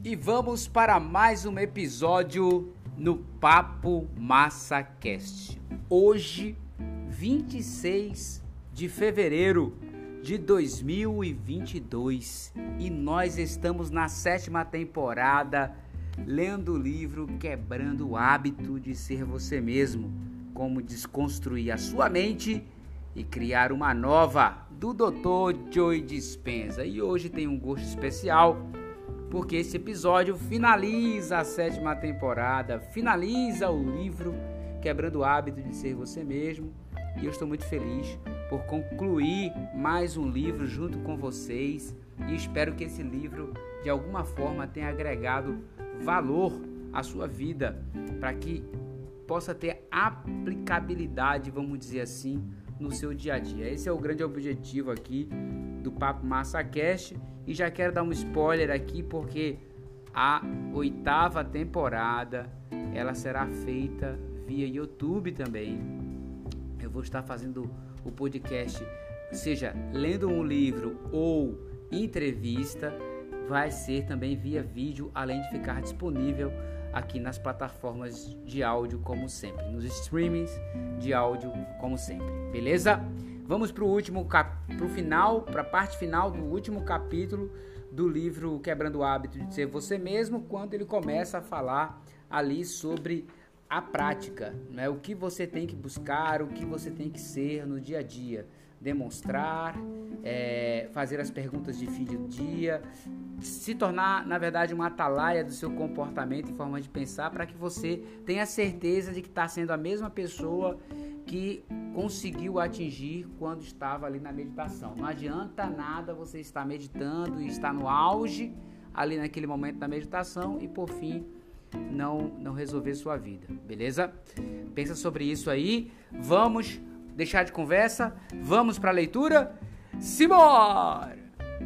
E vamos para mais um episódio no Papo Massa Cast. Hoje, 26 de fevereiro de 2022, e nós estamos na 7ª temporada lendo o livro Quebrando o Hábito de Ser Você Mesmo, como desconstruir a sua mente e criar uma nova, do Dr. Joe Dispenza. E hoje tem um gosto especial, porque esse episódio finaliza a 7ª temporada, finaliza o livro Quebrando o Hábito de Ser Você Mesmo, e eu estou muito feliz por concluir mais um livro junto com vocês, e espero que esse livro de alguma forma tenha agregado valor à sua vida, para que possa ter aplicabilidade, vamos dizer assim, no seu dia a dia. Esse é o grande objetivo aqui do Papo Massa Cast, e já quero dar um spoiler aqui, porque a 8ª temporada ela será feita via YouTube também. Eu vou estar fazendo o podcast, seja lendo um livro ou entrevista, vai ser também via vídeo, além de ficar disponível aqui nas plataformas de áudio, como sempre, nos streamings de áudio, como sempre, beleza? Vamos para a parte final do último capítulo do livro Quebrando o Hábito de Ser Você Mesmo, quando ele começa a falar ali sobre a prática, né? O que você tem que buscar, o que você tem que ser no dia a dia, demonstrar, fazer as perguntas de fim do dia, se tornar, na verdade, uma atalaia do seu comportamento e forma de pensar, para que você tenha certeza de que está sendo a mesma pessoa que conseguiu atingir quando estava ali na meditação. Não adianta nada você estar meditando e estar no auge ali naquele momento da meditação e, por fim, não resolver sua vida, beleza? Pensa sobre isso aí. Vamos deixar de conversa, vamos para a leitura? Simbora!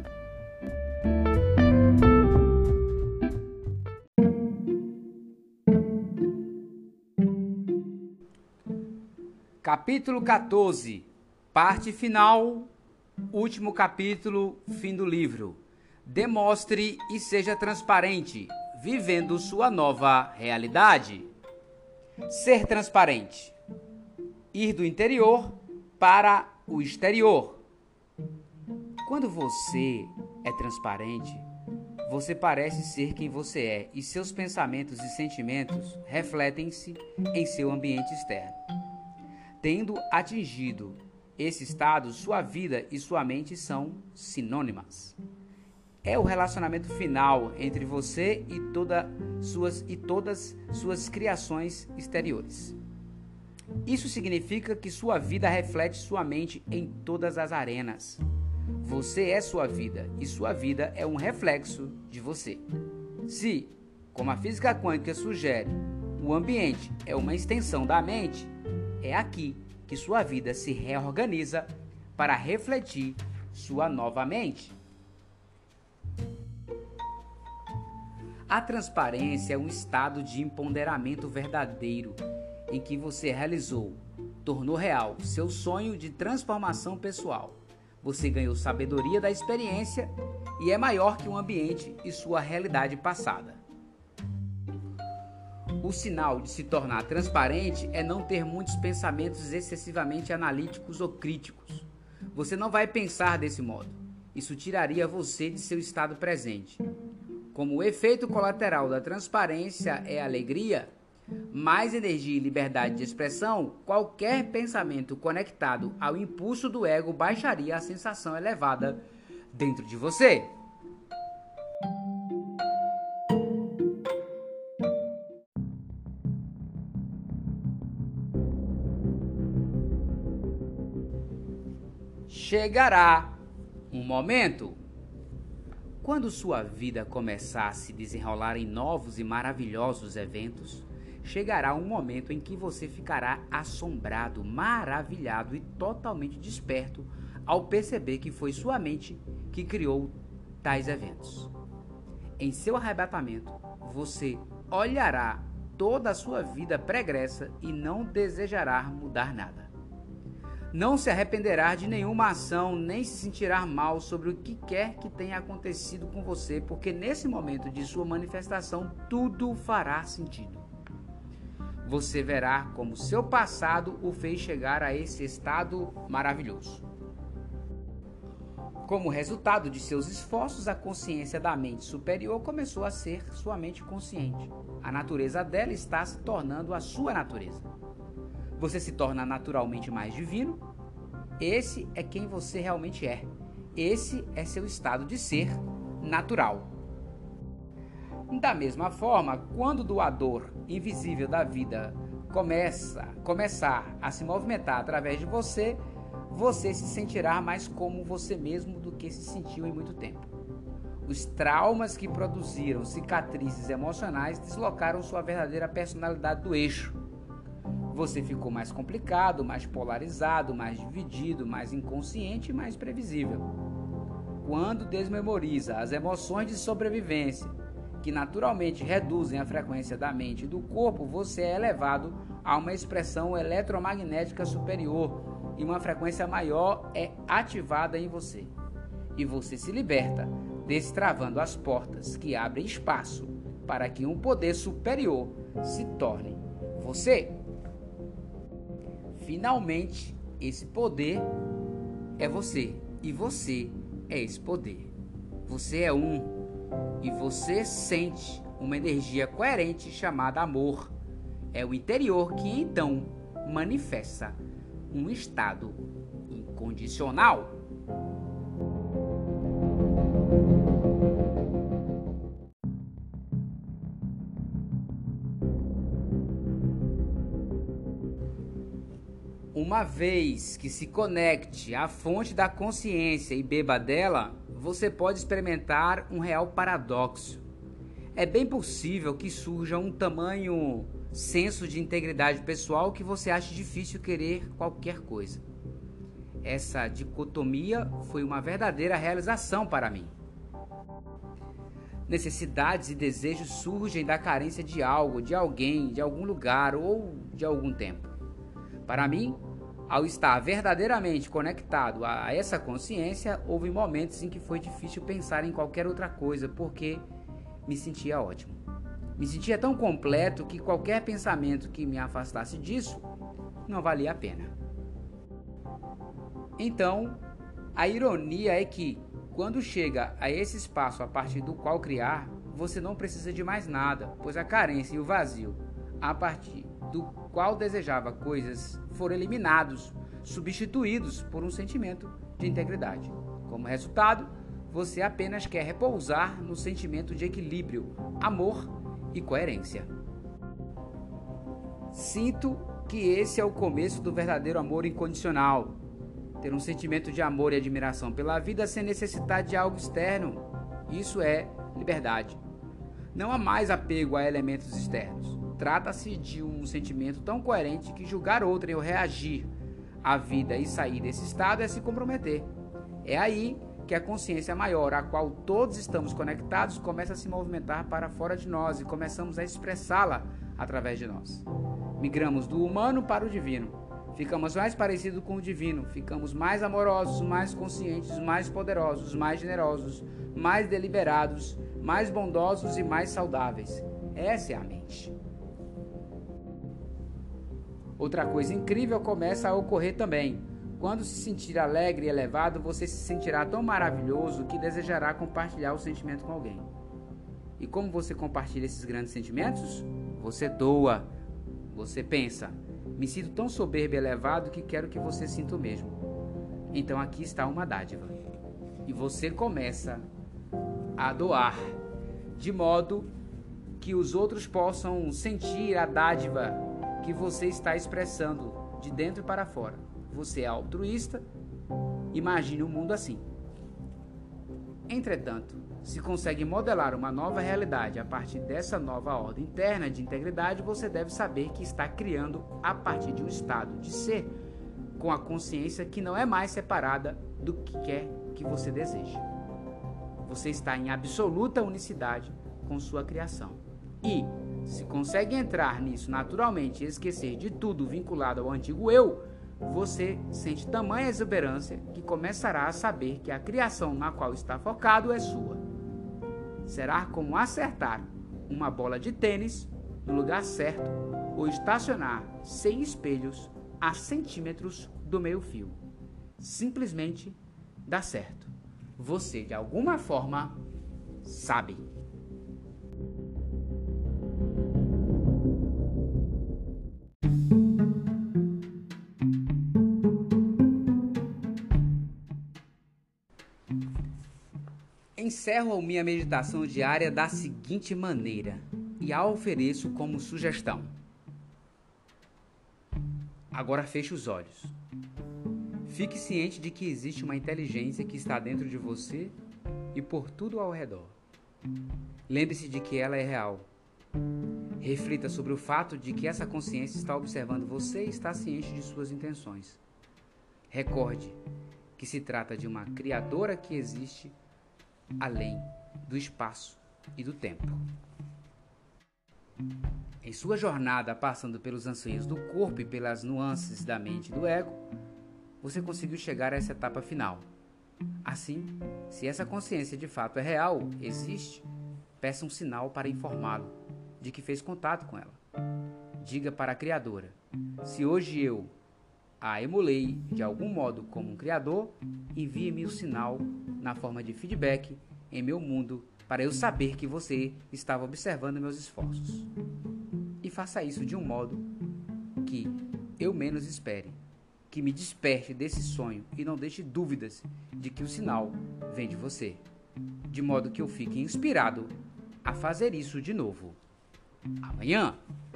Capítulo 14, parte final, último capítulo, fim do livro. Demonstre e seja transparente, vivendo sua nova realidade. Ser transparente. Ir do interior para o exterior. Quando você é transparente, você parece ser quem você é, e seus pensamentos e sentimentos refletem-se em seu ambiente externo. Tendo atingido esse estado, sua vida e sua mente são sinônimas. É o relacionamento final entre você e todas suas criações exteriores. Isso significa que sua vida reflete sua mente em todas as arenas. Você é sua vida, e sua vida é um reflexo de você. Se, como a física quântica sugere, o ambiente é uma extensão da mente, é aqui que sua vida se reorganiza para refletir sua nova mente. A transparência é um estado de empoderamento verdadeiro em que você realizou, tornou real seu sonho de transformação pessoal. Você ganhou sabedoria da experiência e é maior que o ambiente e sua realidade passada. O sinal de se tornar transparente é não ter muitos pensamentos excessivamente analíticos ou críticos. Você não vai pensar desse modo. Isso tiraria você de seu estado presente. Como o efeito colateral da transparência é alegria, mais energia e liberdade de expressão, qualquer pensamento conectado ao impulso do ego baixaria a sensação elevada dentro de você. Chegará um momento, quando sua vida começar a se desenrolar em novos e maravilhosos eventos, chegará um momento em que você ficará assombrado, maravilhado e totalmente desperto ao perceber que foi sua mente que criou tais eventos. Em seu arrebatamento, você olhará toda a sua vida pregressa e não desejará mudar nada. Não se arrependerá de nenhuma ação, nem se sentirá mal sobre o que quer que tenha acontecido com você, porque nesse momento de sua manifestação tudo fará sentido. Você verá como seu passado o fez chegar a esse estado maravilhoso. Como resultado de seus esforços, a consciência da mente superior começou a ser sua mente consciente. A natureza dela está se tornando a sua natureza. Você se torna naturalmente mais divino. Esse é quem você realmente é. Esse é seu estado de ser natural. Da mesma forma, quando o doador invisível da vida começar a se movimentar através de você, você se sentirá mais como você mesmo do que se sentiu em muito tempo. Os traumas que produziram cicatrizes emocionais deslocaram sua verdadeira personalidade do eixo. Você ficou mais complicado, mais polarizado, mais dividido, mais inconsciente e mais previsível. Quando desmemoriza as emoções de sobrevivência, que naturalmente reduzem a frequência da mente e do corpo, você é elevado a uma expressão eletromagnética superior e uma frequência maior é ativada em você. E você se liberta, destravando as portas que abrem espaço para que um poder superior se torne você. Finalmente, esse poder é você e você é esse poder. Você é um e você sente uma energia coerente chamada amor. É o interior que então manifesta um estado incondicional. Uma vez que se conecte à fonte da consciência e beba dela, você pode experimentar um real paradoxo. É bem possível que surja um tamanho senso de integridade pessoal que você ache difícil querer qualquer coisa. Essa dicotomia foi uma verdadeira realização para mim. Necessidades e desejos surgem da carência de algo, de alguém, de algum lugar ou de algum tempo. Para mim, ao estar verdadeiramente conectado a essa consciência, houve momentos em que foi difícil pensar em qualquer outra coisa, porque me sentia ótimo. Me sentia tão completo que qualquer pensamento que me afastasse disso não valia a pena. Então, a ironia é que, quando chega a esse espaço a partir do qual criar, você não precisa de mais nada, pois a carência e o vazio, a partir do qual desejava coisas, foram eliminados, substituídos por um sentimento de integridade. Como resultado, você apenas quer repousar no sentimento de equilíbrio, amor e coerência. Sinto que esse é o começo do verdadeiro amor incondicional. Ter um sentimento de amor e admiração pela vida sem necessidade de algo externo. Isso é liberdade. Não há mais apego a elementos externos. Trata-se de um sentimento tão coerente que julgar outrem ou reagir à vida e sair desse estado é se comprometer. É aí que a consciência maior, a qual todos estamos conectados, começa a se movimentar para fora de nós e começamos a expressá-la através de nós. Migramos do humano para o divino. Ficamos mais parecidos com o divino, ficamos mais amorosos, mais conscientes, mais poderosos, mais generosos, mais deliberados, mais bondosos e mais saudáveis. Essa é a mente. Outra coisa incrível começa a ocorrer também. Quando se sentir alegre e elevado, você se sentirá tão maravilhoso que desejará compartilhar o sentimento com alguém. E como você compartilha esses grandes sentimentos? Você doa. Você pensa: me sinto tão soberbo e elevado que quero que você sinta o mesmo. Então aqui está uma dádiva. E você começa a doar, de modo que os outros possam sentir a dádiva que você está expressando de dentro para fora. Você é altruísta, imagine o mundo assim. Entretanto, se consegue modelar uma nova realidade a partir dessa nova ordem interna de integridade, você deve saber que está criando a partir de um estado de ser com a consciência que não é mais separada do que quer que você deseje. Você está em absoluta unicidade com sua criação. E, se consegue entrar nisso naturalmente e esquecer de tudo vinculado ao antigo eu, você sente tamanha exuberância que começará a saber que a criação na qual está focado é sua. Será como acertar uma bola de tênis no lugar certo ou estacionar sem espelhos a centímetros do meio-fio. Simplesmente dá certo. Você, de alguma forma, sabe. Encerro minha meditação diária da seguinte maneira e a ofereço como sugestão. Agora feche os olhos. Fique ciente de que existe uma inteligência que está dentro de você e por tudo ao redor. Lembre-se de que ela é real. Reflita sobre o fato de que essa consciência está observando você e está ciente de suas intenções. Recorde que se trata de uma criadora que existe além do espaço e do tempo. Em sua jornada, passando pelos anseios do corpo e pelas nuances da mente e do ego, você conseguiu chegar a essa etapa final. Assim, se essa consciência de fato é real, existe, peça um sinal para informá-lo de que fez contato com ela. Diga para a criadora: se hoje eu a emulei de algum modo como um criador, envie-me o sinal na forma de feedback em meu mundo para eu saber que você estava observando meus esforços. E faça isso de um modo que eu menos espere, que me desperte desse sonho e não deixe dúvidas de que o sinal vem de você, de modo que eu fique inspirado a fazer isso de novo amanhã.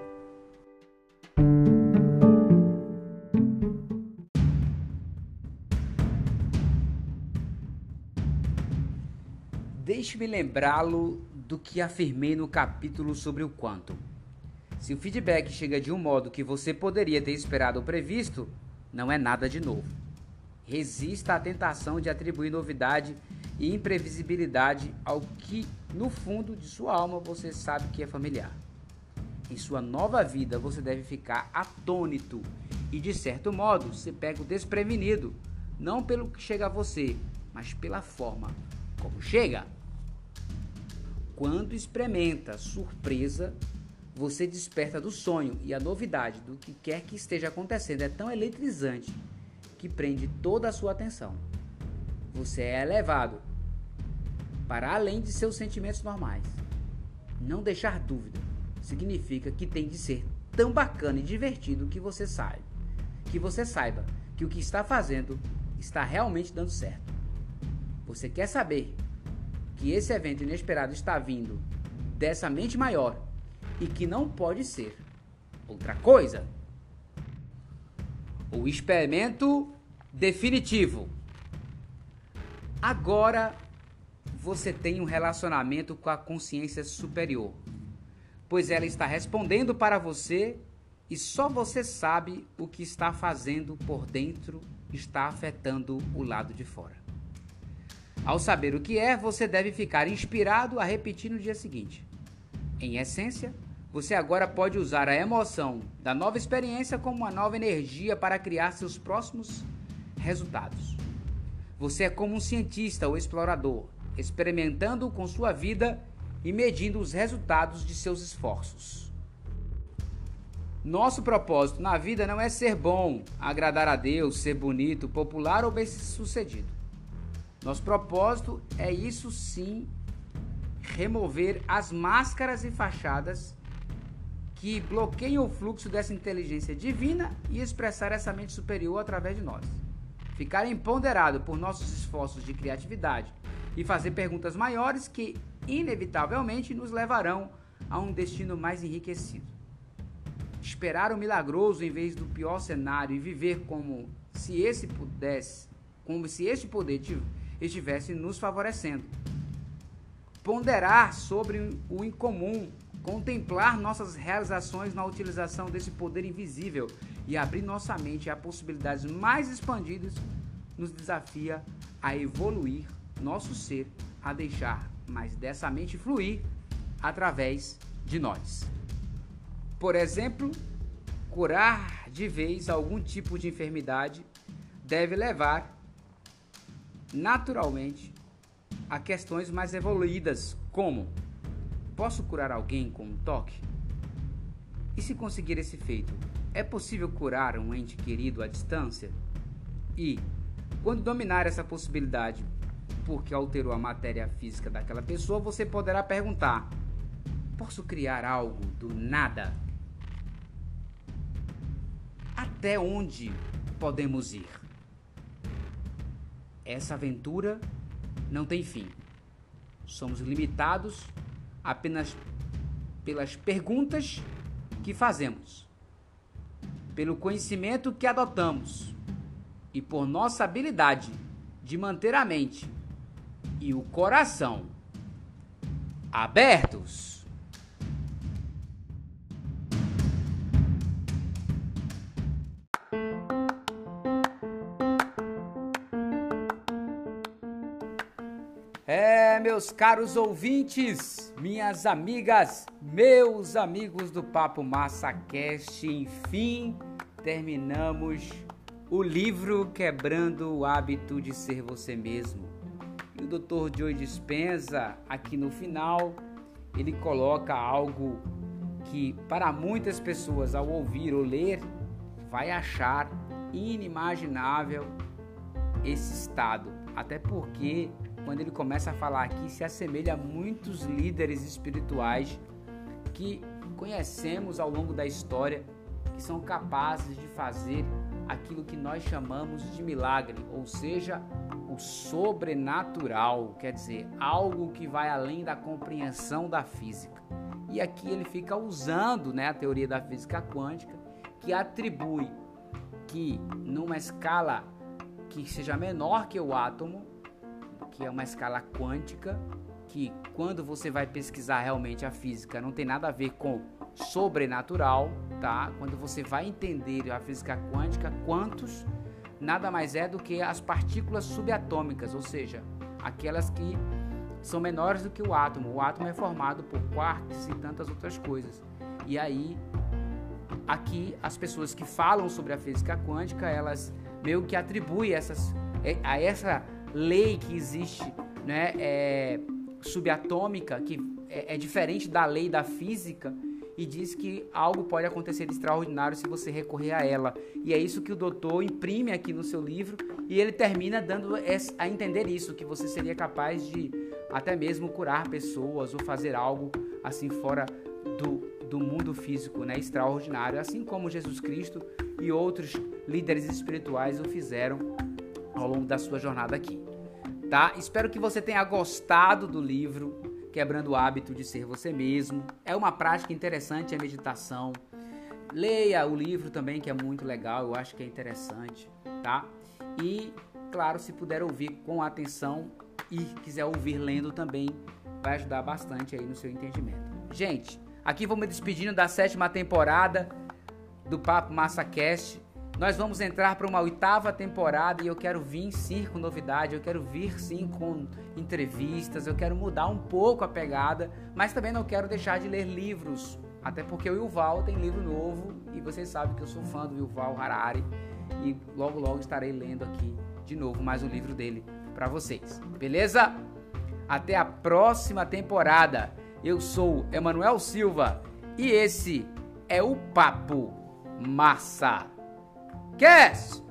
Deixe-me lembrá-lo do que afirmei no capítulo sobre o quantum. Se o feedback chega de um modo que você poderia ter esperado ou previsto, não é nada de novo. Resista à tentação de atribuir novidade e imprevisibilidade ao que, no fundo de sua alma, você sabe que é familiar. Em sua nova vida, você deve ficar atônito e, de certo modo, se pega desprevenido, não pelo que chega a você, mas pela forma como chega. Quando experimenta surpresa, você desperta do sonho e a novidade do que quer que esteja acontecendo é tão eletrizante que prende toda a sua atenção. Você é elevado para além de seus sentimentos normais. Não deixar dúvida significa que tem de ser tão bacana e divertido que você saiba que o que está fazendo está realmente dando certo. Você quer saber que esse evento inesperado está vindo dessa mente maior e que não pode ser outra coisa. O experimento definitivo. Agora você tem um relacionamento com a consciência superior, pois ela está respondendo para você e só você sabe o que está fazendo por dentro está afetando o lado de fora. Ao saber o que é, você deve ficar inspirado a repetir no dia seguinte. Em essência, você agora pode usar a emoção da nova experiência como uma nova energia para criar seus próximos resultados. Você é como um cientista ou explorador, experimentando com sua vida e medindo os resultados de seus esforços. Nosso propósito na vida não é ser bom, agradar a Deus, ser bonito, popular ou bem-sucedido. Nosso propósito é, isso sim, remover as máscaras e fachadas que bloqueiam o fluxo dessa inteligência divina e expressar essa mente superior através de nós. Ficar empoderado por nossos esforços de criatividade e fazer perguntas maiores que, inevitavelmente, nos levarão a um destino mais enriquecido. Esperar o milagroso em vez do pior cenário e viver como se esse poder estivesse nos favorecendo. Ponderar sobre o incomum, contemplar nossas realizações na utilização desse poder invisível e abrir nossa mente a possibilidades mais expandidas nos desafia a evoluir nosso ser, a deixar mais dessa mente fluir através de nós. Por exemplo, curar de vez algum tipo de enfermidade deve levar, naturalmente, a questões mais evoluídas, como: posso curar alguém com um toque? E se conseguir esse feito, é possível curar um ente querido à distância? E, quando dominar essa possibilidade, porque alterou a matéria física daquela pessoa, você poderá perguntar: posso criar algo do nada? Até onde podemos ir? Essa aventura não tem fim. Somos limitados apenas pelas perguntas que fazemos, pelo conhecimento que adotamos e por nossa habilidade de manter a mente e o coração abertos. Meus caros ouvintes, minhas amigas, meus amigos do Papo Massa Cast, enfim, terminamos o livro Quebrando o Hábito de Ser Você Mesmo. E o Dr. Joe Dispenza, aqui no final, ele coloca algo que para muitas pessoas, ao ouvir ou ler, vai achar inimaginável esse estado, até porque quando ele começa a falar aqui, se assemelha a muitos líderes espirituais que conhecemos ao longo da história, que são capazes de fazer aquilo que nós chamamos de milagre, ou seja, o sobrenatural, quer dizer, algo que vai além da compreensão da física. E aqui ele fica usando, a teoria da física quântica, que atribui que numa escala que seja menor que o átomo, que é uma escala quântica, que quando você vai pesquisar realmente a física não tem nada a ver com sobrenatural, tá? Quando você vai entender a física quântica, quantos nada mais é do que as partículas subatômicas, ou seja, aquelas que são menores do que o átomo. O átomo é formado por quarks e tantas outras coisas. E aí, aqui, as pessoas que falam sobre a física quântica, elas meio que atribuem a essa lei que existe, subatômica, que é diferente da lei da física, e diz que algo pode acontecer de extraordinário se você recorrer a ela. E é isso que o doutor imprime aqui no seu livro, e ele termina dando a entender isso, que você seria capaz de até mesmo curar pessoas ou fazer algo assim fora do mundo físico, extraordinário, assim como Jesus Cristo e outros líderes espirituais o fizeram ao longo da sua jornada aqui, tá? Espero que você tenha gostado do livro Quebrando o Hábito de Ser Você Mesmo. É uma prática interessante a meditação. Leia o livro também, que é muito legal, eu acho que é interessante, tá? E, claro, se puder ouvir com atenção e quiser ouvir lendo também, vai ajudar bastante aí no seu entendimento. Gente, aqui vou me despedindo da 7ª temporada do Papo Massa Cast. Nós vamos entrar para uma 8ª temporada e eu quero vir sim com novidade, eu quero vir sim com entrevistas, eu quero mudar um pouco a pegada, mas também não quero deixar de ler livros, até porque o Yuval tem livro novo e vocês sabem que eu sou fã do Yuval Harari e logo estarei lendo aqui de novo mais um livro dele para vocês, beleza? Até a próxima temporada. Eu sou Emanuel Silva e esse é o Papo Massa Cast.